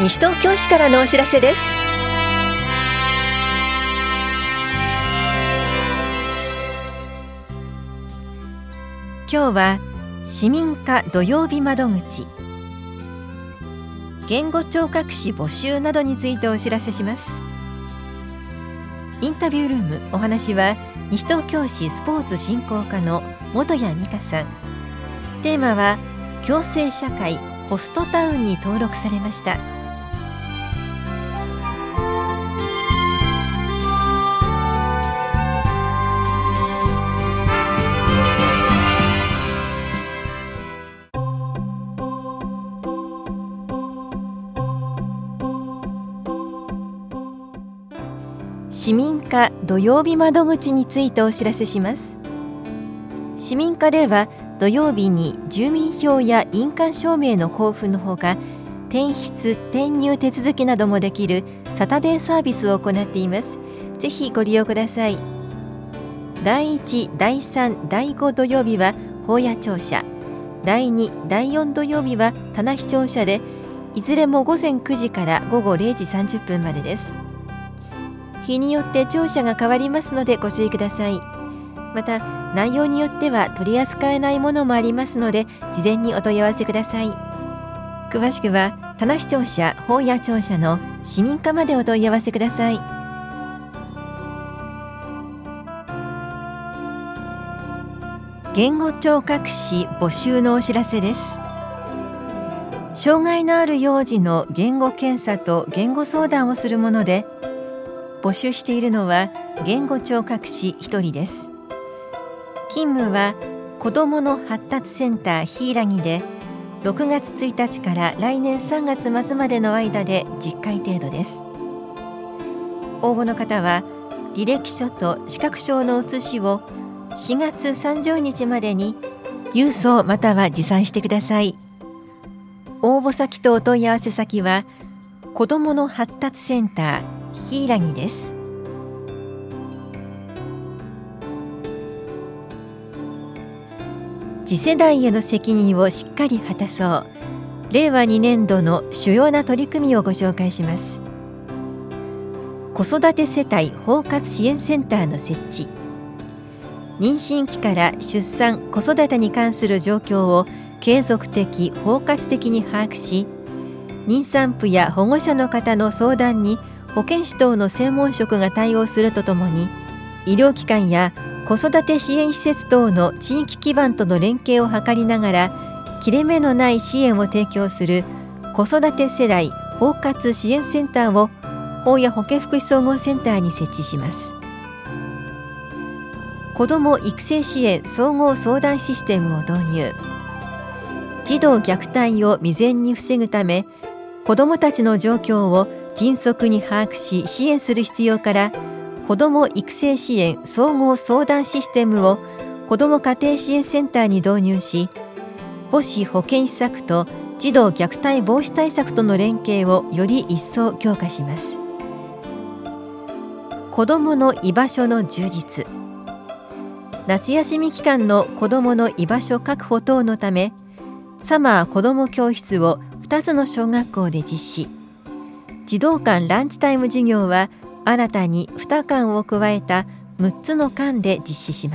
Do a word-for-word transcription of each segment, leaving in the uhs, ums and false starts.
西東京市からのお知らせです。 今日は市民課土曜日窓口、言語聴覚士募集などについてお知らせします。インタビュールーム、お話は西東京市スポーツ振興課の本谷美香さん。テーマは共生社会ホストタウンに登録されました。市民課土曜日窓口についてお知らせします。市民課では土曜日に住民票や印鑑証明の交付のほか、転出・転入手続きなどもできるサタデーサービスを行っています。ぜひご利用ください。だいいち、だいさん、だいご土曜日は保谷庁舎、だいに、だいよん土曜日は田無庁舎で、いずれも午前くじから午後れいじさんじゅっぷんまでです。日によって庁舎が変わりますのでご注意ください。また内容によっては取り扱えないものもありますので、事前にお問い合わせください。詳しくは田無庁舎、保谷庁舎の市民課までお問い合わせください。言語聴覚士募集のお知らせです。障害のある幼児の言語検査と言語相談をするもので、募集しているのは言語聴覚士ひとりです。勤務は子どもの発達センターひいらぎで、ろくがつついたちから来年さんがつまつまでの間でじゅっかい程度です。応募の方は履歴書と資格証の写しをしがつさんじゅうにちまでに郵送または持参してください。応募先とお問い合わせ先は子どもの発達センターひいらぎです。次世代への責任をしっかり果たそう。れいわにねんどの主要な取り組みをご紹介します。子育て世帯包括支援センターの設置、妊娠期から出産・子育てに関する状況を継続的・包括的に把握し、妊産婦や保護者の方の相談に保健師等の専門職が対応するとともに、医療機関や子育て支援施設等の地域基盤との連携を図りながら、切れ目のない支援を提供する子育て世代包括支援センターを保谷保健福祉総合センターに設置します。子ども育成支援総合相談システムを導入。児童虐待を未然に防ぐため、子どもたちの状況を迅速に把握し支援する必要から、子ども育成支援総合相談システムを子ども家庭支援センターに導入し、母子保健施策と児童虐待防止対策との連携をより一層強化します。子どもの居場所の充実。夏休み期間の子どもの居場所確保等のため、サマーこども教室をふたつの小学校で実施。児童館ランチタイム授業は新たににかんを加えたむっつの館で実施します。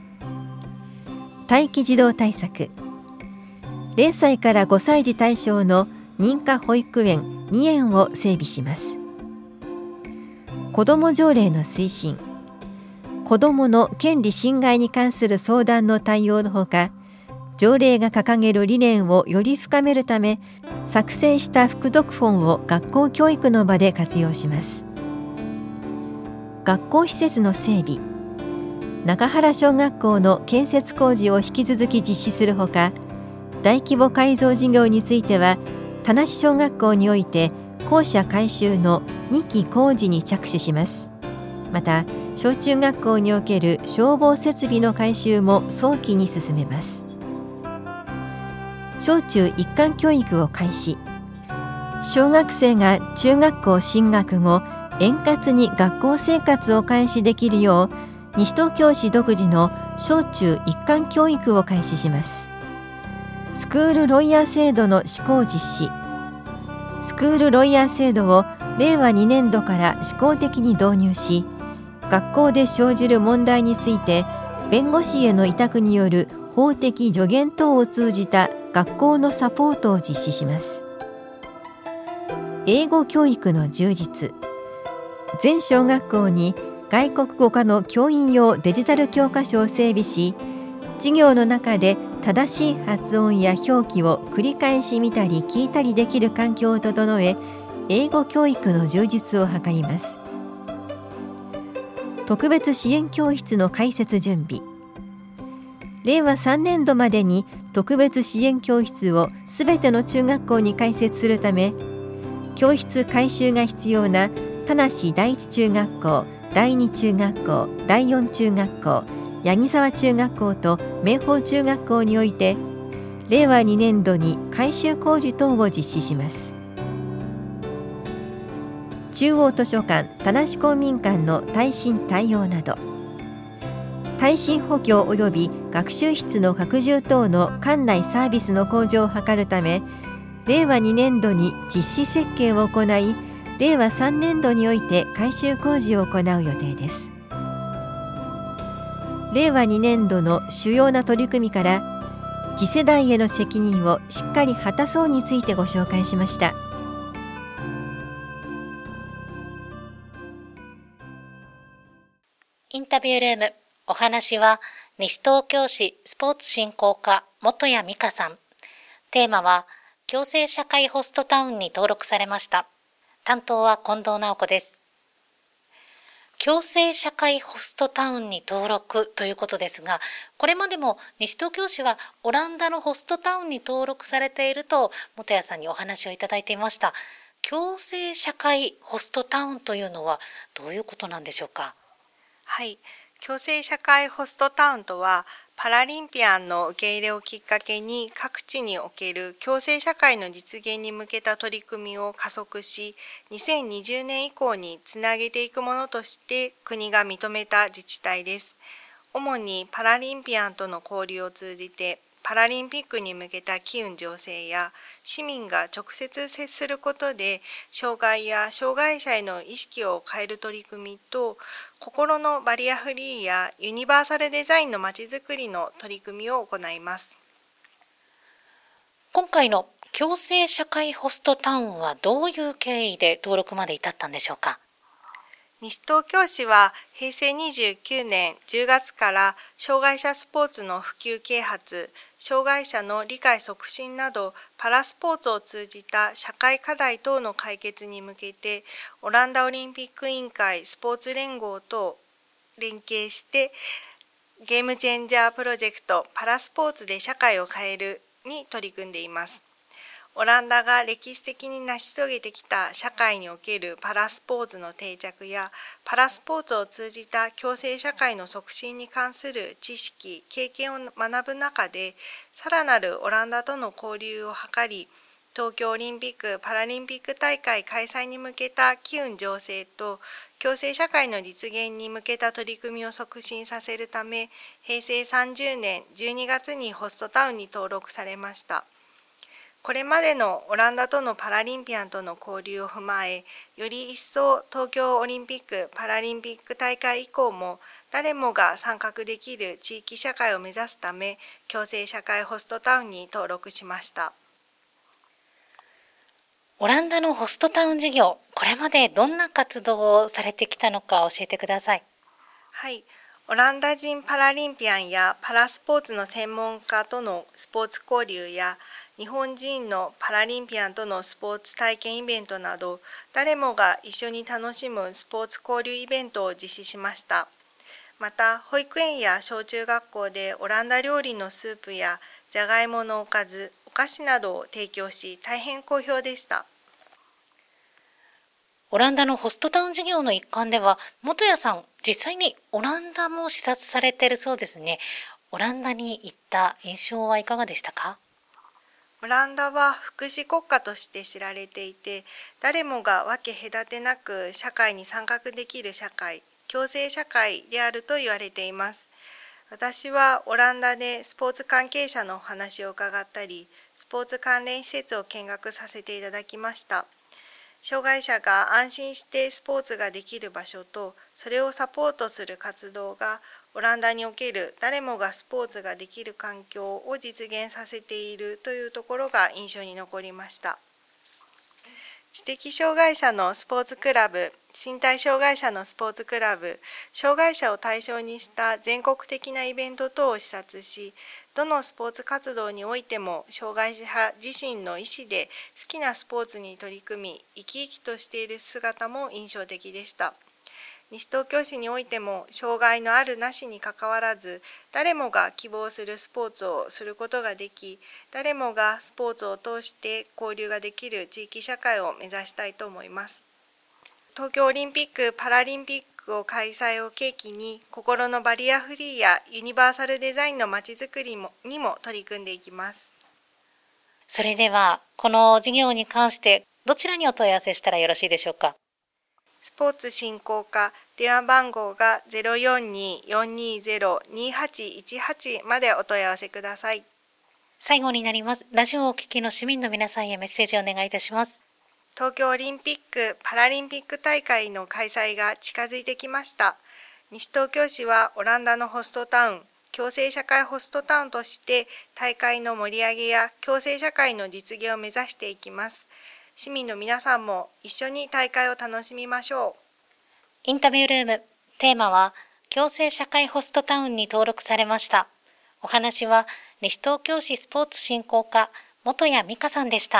待機児童対策。れいさいからごさい児対象の認可保育園にえんを整備します。子ども条例の推進。子どもの権利侵害に関する相談の対応のほか、条例が掲げる理念をより深めるため、作成した副読本を学校教育の場で活用します。学校施設の整備。中原小学校の建設工事を引き続き実施するほか、大規模改造事業については田無小学校において校舎改修のにき工事に着手します。また小中学校における消防設備の改修も早期に進めます。小中一貫教育を開始。小学生が中学校進学後、円滑に学校生活を開始できるよう、西東京市独自の小中一貫教育を開始します。スクールロイヤー制度の施行実施。 スクールロイヤー制度をれいわにねんどから試行的に導入し、学校で生じる問題について弁護士への委託による法的助言等を通じた学校のサポートを実施します。英語教育の充実。全小学校に外国語科の教員用デジタル教科書を整備し、授業の中で正しい発音や表記を繰り返し見たり聞いたりできる環境を整え、英語教育の充実を図ります。特別支援教室の開設準備。れいわさんねんどまでに特別支援教室をすべての中学校に開設するため、教室改修が必要な田無第一中学校、第二中学校、第四中学校、八木沢中学校と明豊中学校において、れいわにねんどに改修工事等を実施します。中央図書館、田無公民館の耐震対応など、耐震補強及び学習室の拡充等の館内サービスの向上を図るため、れいわにねんどに実施設計を行い、れいわさんねんどにおいて改修工事を行う予定です。れいわにねんどの主要な取り組みから、次世代への責任をしっかり果たそうについてご紹介しました。 インタビュールーム、お話は西東京市スポーツ振興課本谷美香さん。テーマは共生社会ホストタウンに登録されました。担当は近藤直子です。共生社会ホストタウンに登録ということですが、これまでも西東京市はオランダのホストタウンに登録されていると本谷さんにお話をいただいていました。共生社会ホストタウンというのはどういうことなんでしょうか。 はい、共生社会ホストタウンとは、パラリンピアンの受け入れをきっかけに各地における共生社会の実現に向けた取り組みを加速し、にせんにじゅうねん以降につなげていくものとして国が認めた自治体です。主にパラリンピアンとの交流を通じて、パラリンピックに向けた機運醸成や市民が直接接することで障害や障害者への意識を変える取り組みと、心のバリアフリーやユニバーサルデザインのまちづくりの取り組みを行います。 今回の共生社会ホストタウンはどういう経緯で登録まで至ったんでしょうか。 西東京市はへいせいにじゅうきゅうねんじゅうがつから障害者スポーツの普及啓発、障害者の理解促進などパラスポーツを通じた社会課題等の解決に向けて、オランダオリンピック委員会スポーツ連合と連携してゲームチェンジャープロジェクトパラスポーツで社会を変えるに取り組んでいます。オランダが歴史的に成し遂げてきた社会におけるパラスポーツの定着や、パラスポーツを通じた共生社会の促進に関する知識・経験を学ぶ中で、さらなるオランダとの交流を図り、東京オリンピック・パラリンピック大会開催に向けた機運醸成と共生社会の実現に向けた取り組みを促進させるため、へいせいさんじゅうねんじゅうにがつにホストタウンに登録されました。これまでのオランダとのパラリンピアンとの交流を踏まえ、より一層東京オリンピック・パラリンピック大会以降も誰もが参画できる地域社会を目指すため、共生社会ホストタウンに登録しました。 オランダのホストタウン事業、これまでどんな活動をされてきたのか教えてください。 はい、オランダ人パラリンピアンやパラスポーツの専門家とのスポーツ交流や、日本人のパラリンピアンとのスポーツ体験イベントなど、誰もが一緒に楽しむスポーツ交流イベントを実施しました。また、保育園や小中学校でオランダ料理のスープやじゃがいものおかず、お菓子などを提供し、大変好評でした。 オランダのホストタウン事業の一環では、本谷さん、実際にオランダも視察されているそうですね。オランダに行った印象はいかがでしたか？ オランダは福祉国家として知られていて、誰もが分け隔てなく社会に参画できる社会、共生社会であると言われています。私はオランダでスポーツ関係者のお話を伺ったり、スポーツ関連施設を見学させていただきました。障害者が安心してスポーツができる場所と、それをサポートする活動がオランダにおける誰もがスポーツができる環境を実現させているというところが印象に残りました。知的障害者のスポーツクラブ、身体障害者のスポーツクラブ、障害者を対象にした全国的なイベント等を視察し、どのスポーツ活動においても障害者自身の意思で好きなスポーツに取り組み、生き生きとしている姿も印象的でした。西東京市においても障害のあるなしにかかわらず、誰もが希望するスポーツをすることができ、誰もがスポーツを通して交流ができる地域社会を目指したいと思います。東京オリンピック・パラリンピックを開催を契機に、心のバリアフリーやユニバーサルデザインのまちづくりもにも取り組んでいきます。 それでは、この事業に関してどちらにお問い合わせしたらよろしいでしょうか。 スポーツ振興課、電話番号が ゼロよんにーよんにーゼロにーはちいちはち までお問い合わせください。 最後になります。ラジオをお聞きの市民の皆さんへメッセージをお願いいたします。 東京オリンピック・パラリンピック大会の開催が近づいてきました。西東京市はオランダのホストタウン、共生社会ホストタウンとして大会の盛り上げや共生社会の実現を目指していきます。市民の皆さんも一緒に大会を楽しみましょう。 インタビュールーム、テーマは共生社会ホストタウンに登録されました。お話は西東京市スポーツ振興課本谷美香さんでした。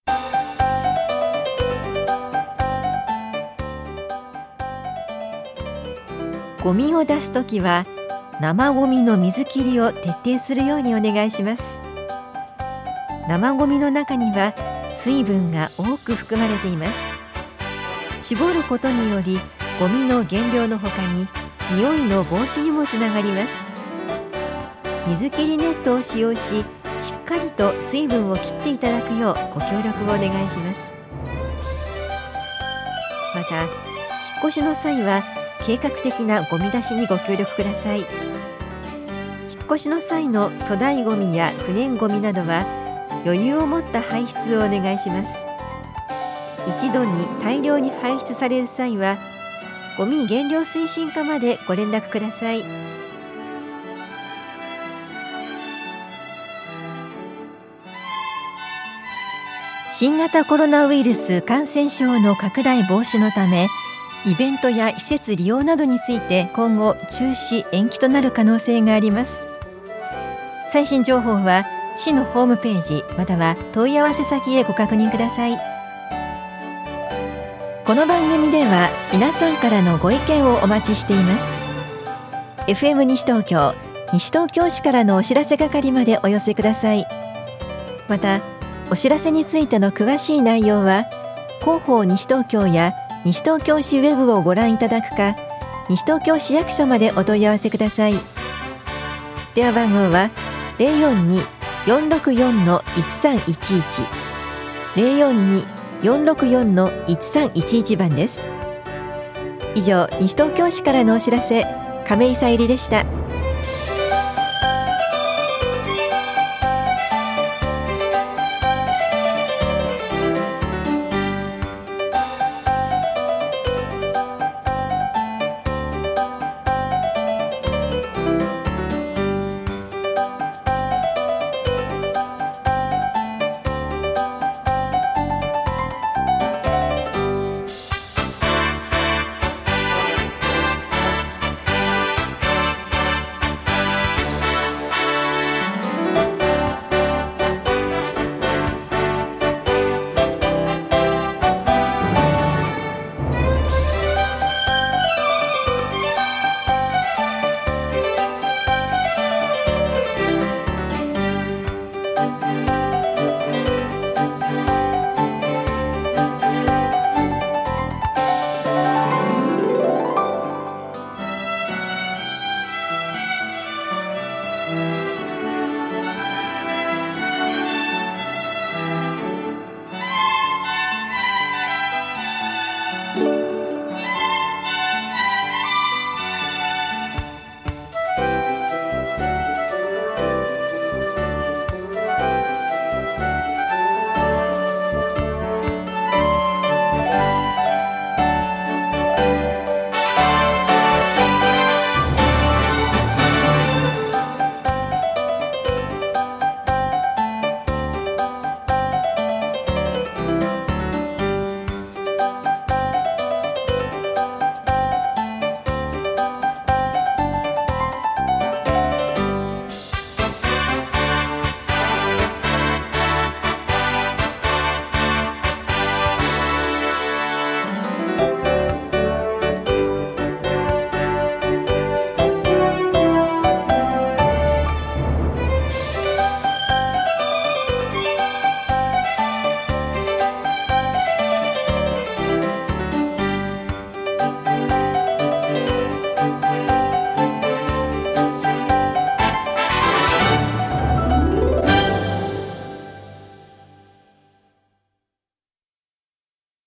ゴミを出すときは生ゴミの水切りを徹底するようにお願いします。生ゴミの中には水分が多く含まれています。絞ることによりゴミの減量のほかに匂いの防止にもつながります。水切りネットを使用し、しっかりと水分を切っていただくようご協力をお願いします。また、引っ越しの際は計画的なゴミ出しにご協力ください。引っ越しの際の粗大ゴミや不燃ゴミなどは余裕を持った排出をお願いします。一度に大量に排出される際はゴミ減量推進課までご連絡ください。新型コロナウイルス感染症の拡大防止のため、イベントや施設利用などについて今後中止延期となる可能性があります。最新情報は市のホームページまたは問い合わせ先へご確認ください。この番組では皆さんからのご意見をお待ちしています。 エフエム 西東京西東京市からのお知らせ係までお寄せください。またお知らせについての詳しい内容は広報西東京や西東京市ウェブをご覧いただくか、西東京市役所までお問い合わせください。電話番号は ゼロよんにーよんろくよんのいちさんいちいち ゼロよんにーよんろくよんのいちさんいちいち 番です。以上、西東京市からのお知らせ、亀井さゆりでした。